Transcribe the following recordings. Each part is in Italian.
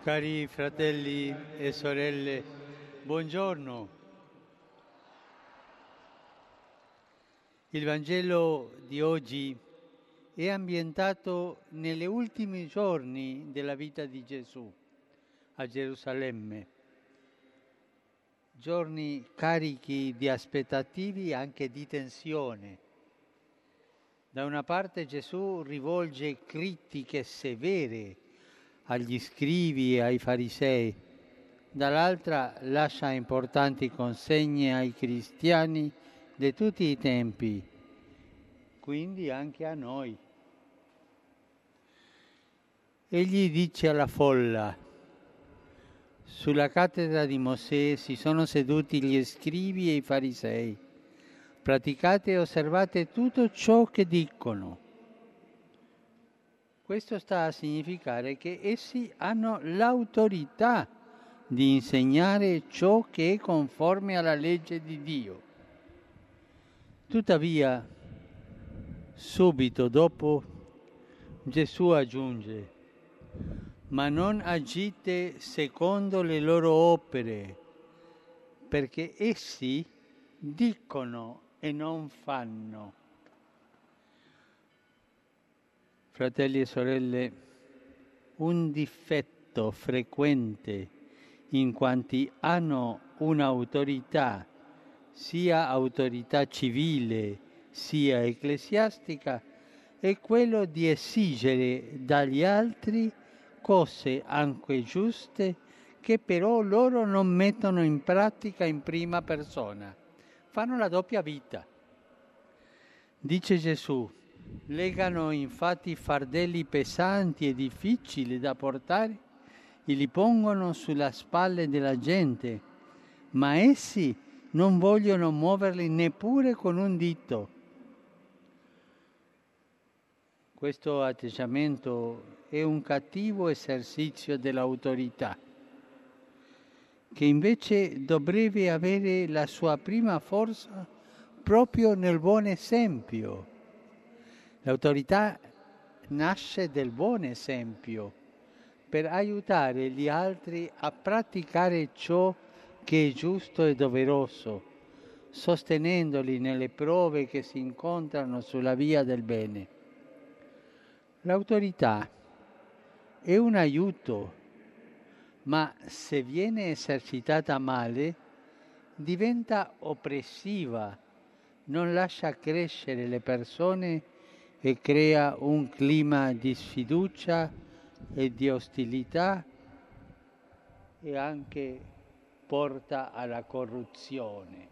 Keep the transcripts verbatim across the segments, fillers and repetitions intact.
Cari fratelli e sorelle, buongiorno. Il Vangelo di oggi è ambientato negli ultimi giorni della vita di Gesù a Gerusalemme. Giorni carichi di aspettativi e anche di tensione. Da una parte Gesù rivolge critiche severe agli scribi e ai farisei, dall'altra lascia importanti consegne ai cristiani di tutti i tempi, quindi anche a noi. Egli dice alla folla: sulla cattedra di Mosè si sono seduti gli scribi e i farisei. Praticate e osservate tutto ciò che dicono. Questo sta a significare che essi hanno l'autorità di insegnare ciò che è conforme alla legge di Dio. Tuttavia, subito dopo, Gesù aggiunge: ma non agite secondo le loro opere, perché essi dicono e non fanno. Fratelli e sorelle, un difetto frequente in quanti hanno un'autorità, sia autorità civile sia ecclesiastica, è quello di esigere dagli altri cose anche giuste che però loro non mettono in pratica in prima persona. Fanno la doppia vita. Dice Gesù: legano infatti fardelli pesanti e difficili da portare e li pongono sulla spalle della gente, ma essi non vogliono muoverli neppure con un dito. Questo atteggiamento è un cattivo esercizio dell'autorità, che invece dovrebbe avere la sua prima forza proprio nel buon esempio. L'autorità nasce dal buon esempio per aiutare gli altri a praticare ciò che è giusto e doveroso, sostenendoli nelle prove che si incontrano sulla via del bene. L'autorità è un aiuto, ma se viene esercitata male diventa oppressiva, non lascia crescere le persone e crea un clima di sfiducia e di ostilità e anche porta alla corruzione.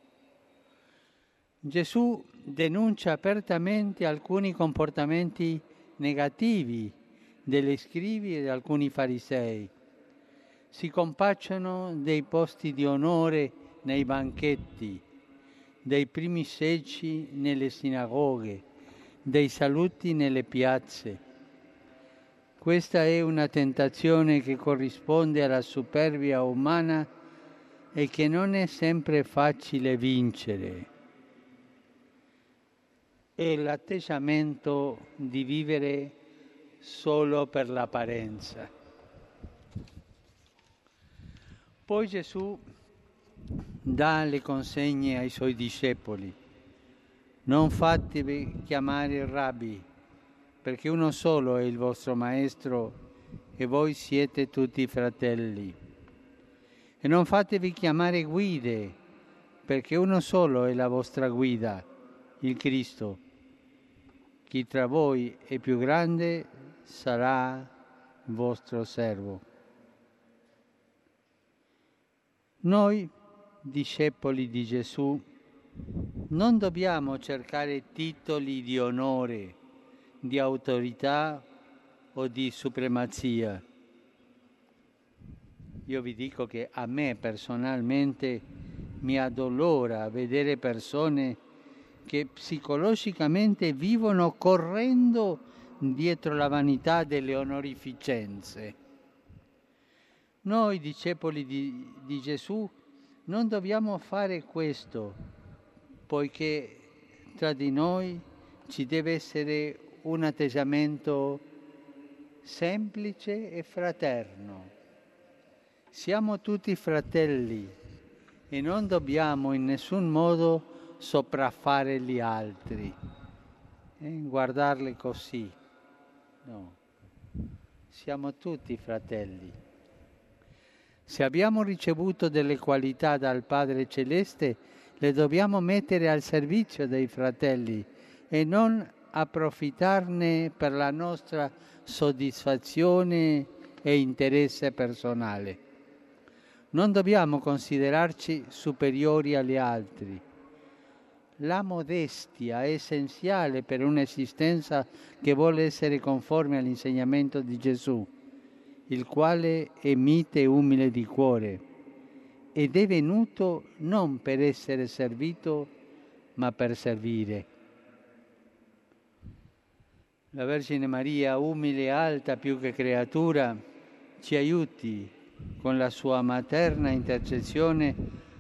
Gesù denuncia apertamente alcuni comportamenti negativi degli scribi e di alcuni farisei. Si compacciano dei posti di onore nei banchetti, dei primi seggi nelle sinagoghe, dei saluti nelle piazze. Questa è una tentazione che corrisponde alla superbia umana e che non è sempre facile vincere. È l'atteggiamento di vivere solo per l'apparenza. Poi Gesù dà le consegne ai suoi discepoli: non fatevi chiamare rabbi, perché uno solo è il vostro maestro e voi siete tutti fratelli. E non fatevi chiamare guide, perché uno solo è la vostra guida, il Cristo. Chi tra voi è più grande sarà il vostro servo. Noi, discepoli di Gesù, non dobbiamo cercare titoli di onore, di autorità o di supremazia. Io vi dico che a me personalmente mi addolora vedere persone che psicologicamente vivono correndo dietro la vanità delle onorificenze. Noi, discepoli di, di Gesù, non dobbiamo fare questo, poiché tra di noi ci deve essere un atteggiamento semplice e fraterno. Siamo tutti fratelli e non dobbiamo in nessun modo sopraffare gli altri, eh, guardarli così. No, siamo tutti fratelli. Se abbiamo ricevuto delle qualità dal Padre Celeste, le dobbiamo mettere al servizio dei fratelli e non approfittarne per la nostra soddisfazione e interesse personale. Non dobbiamo considerarci superiori agli altri. La modestia è essenziale per un'esistenza che vuole essere conforme all'insegnamento di Gesù, il quale è mite e umile di cuore ed è venuto non per essere servito, ma per servire. La Vergine Maria, umile e alta più che creatura, ci aiuti con la sua materna intercessione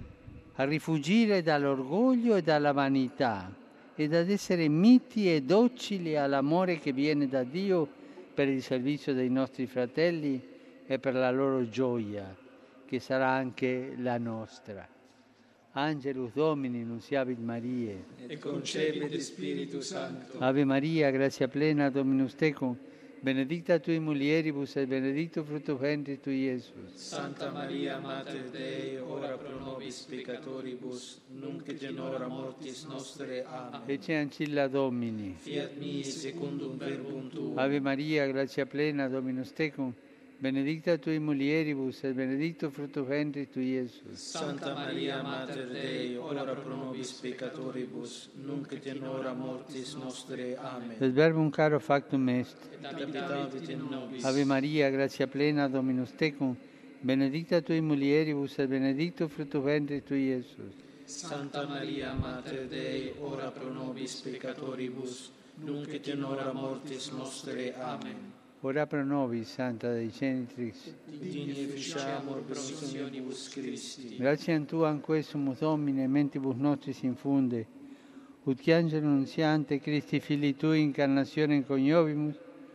a rifuggire dall'orgoglio e dalla vanità ed ad essere miti e docili all'amore che viene da Dio per il servizio dei nostri fratelli e per la loro gioia, che sarà anche la nostra. Angelus Domini, nunciavit Mariae. E concepit Spiritus Sancto. Ave Maria, grazia plena, Dominus tecum, benedicta tui mulieribus et benedictus fructus ventris tui, Iesus. Santa Maria, Mater Dei, ora pro nobis peccatoribus, nunc et in hora mortis nostre. Amen. Ecce ancilla Domini. Fiat mi secundum verbum tuum. Ave Maria, grazia plena, Dominus tecum, benedicta tui mulieribus et benedictus fructus ventris tui, Iesus. Santa Maria, Mater Dei, ora pro nobis peccatoribus, nunc et in hora mortis nostre. Amen. Et verbum caro factum est. Et habitavit in nobis. Ave Maria, grazia plena, Dominus tecum, benedicta tui mulieribus et benedictus fructus ventris tui, Iesus. Santa Maria, Mater Dei, ora pro nobis peccatoribus, nunc et in hora mortis nostre. Amen. Ora pro nobis, Santa Dei Genitrix. Digni efficiamur promissionibus Christi. Gratiam Tuam quesumus Domine, mentibus nostris infunde, ut che angelo nunziante Christi Filii Tui incarnationem coniovimus,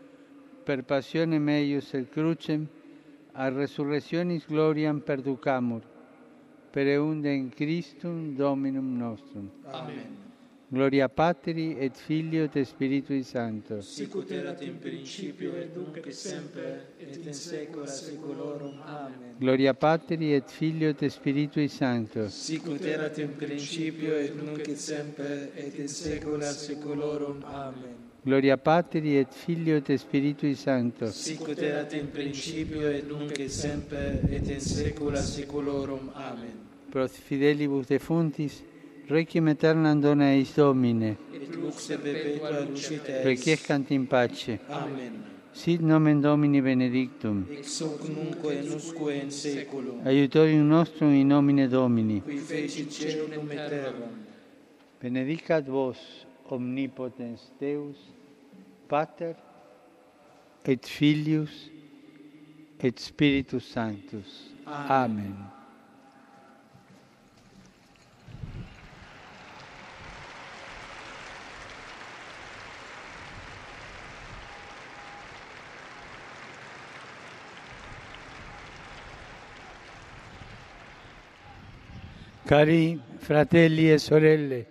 per passionem meius et crucem, a resurrectionis gloriam perducamur, per eundem Christum Dominum nostrum. Amen. Gloria Patri et Filio et Spiritui Sancto. Sic ut erat in principio et nunc et semper et in saecula saeculorum. Amen. Gloria Patri et Filio et Spiritui Sancto. Sic ut erat in principio et nunc et semper et in saecula saeculorum. Amen. Gloria Patri et Filio et Spiritui Sancto. Sic ut erat in principio et nunc et semper et in saecula saeculorum. Amen. Pro fidelibus defuntis, requiem aeternam dona eis Domine. Et lux perpetua lucet eis. Requiescant in pace. Amen. Sit nomen Domini benedictum. Ex hoc nunc et usque in saeculum. Aiutorium nostrum in nomine Domini. Qui fecit caelum et terram. Benedicat vos omnipotens Deus, Pater et Filius et Spiritus Sanctus. Amen. Amen. Cari fratelli e sorelle,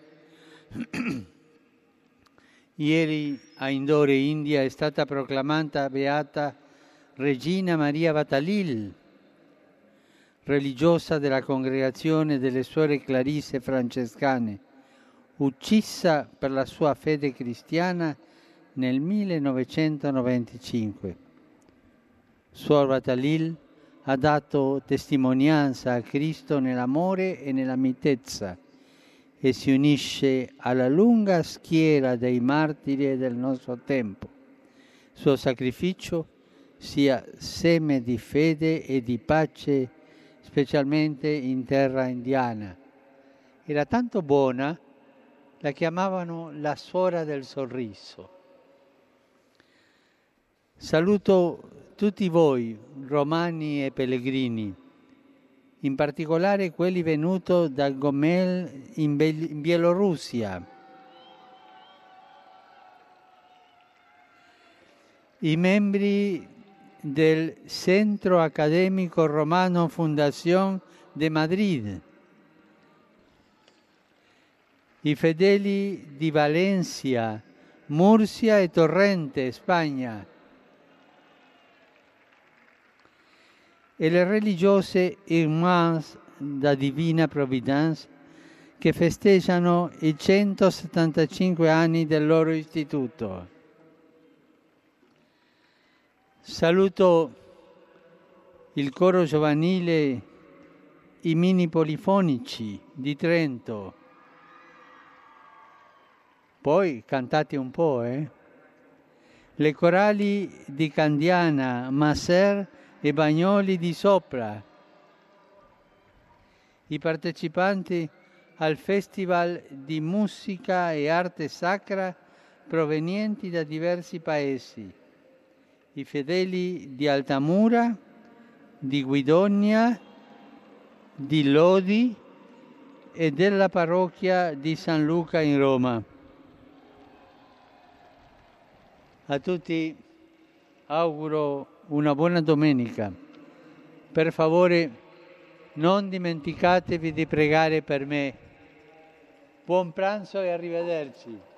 ieri a Indore, India, è stata proclamata beata Regina Maria Vatalil, religiosa della congregazione delle Suore Clarisse Francescane, uccisa per la sua fede cristiana nel millenovecentonovantacinque. Suor Vatalil ha dato testimonianza a Cristo nell'amore e nella mitezza e si unisce alla lunga schiera dei martiri del nostro tempo. Il suo sacrificio sia seme di fede e di pace, specialmente in terra indiana. Era tanto buona, la chiamavano la suora del sorriso. Saluto tutti voi, romani e pellegrini, in particolare quelli venuti da Gomel in, Be- in Bielorussia. I membri del Centro Académico Romano Fundación de Madrid, i fedeli di Valencia, Murcia e Torrente, Spagna, e le religiose Irmãs da Divina Providence che festeggiano i centosettantacinque anni del loro istituto. Saluto il coro giovanile I Mini Polifonici di Trento. Poi cantate un po', eh? Le corali di Candiana, Maser e Bagnoli di Sopra. I partecipanti al Festival di Musica e Arte Sacra provenienti da diversi paesi. I fedeli di Altamura, di Guidonia, di Lodi e della parrocchia di San Luca in Roma. A tutti auguro una buona domenica. Per favore, non dimenticatevi di pregare per me. Buon pranzo e arrivederci.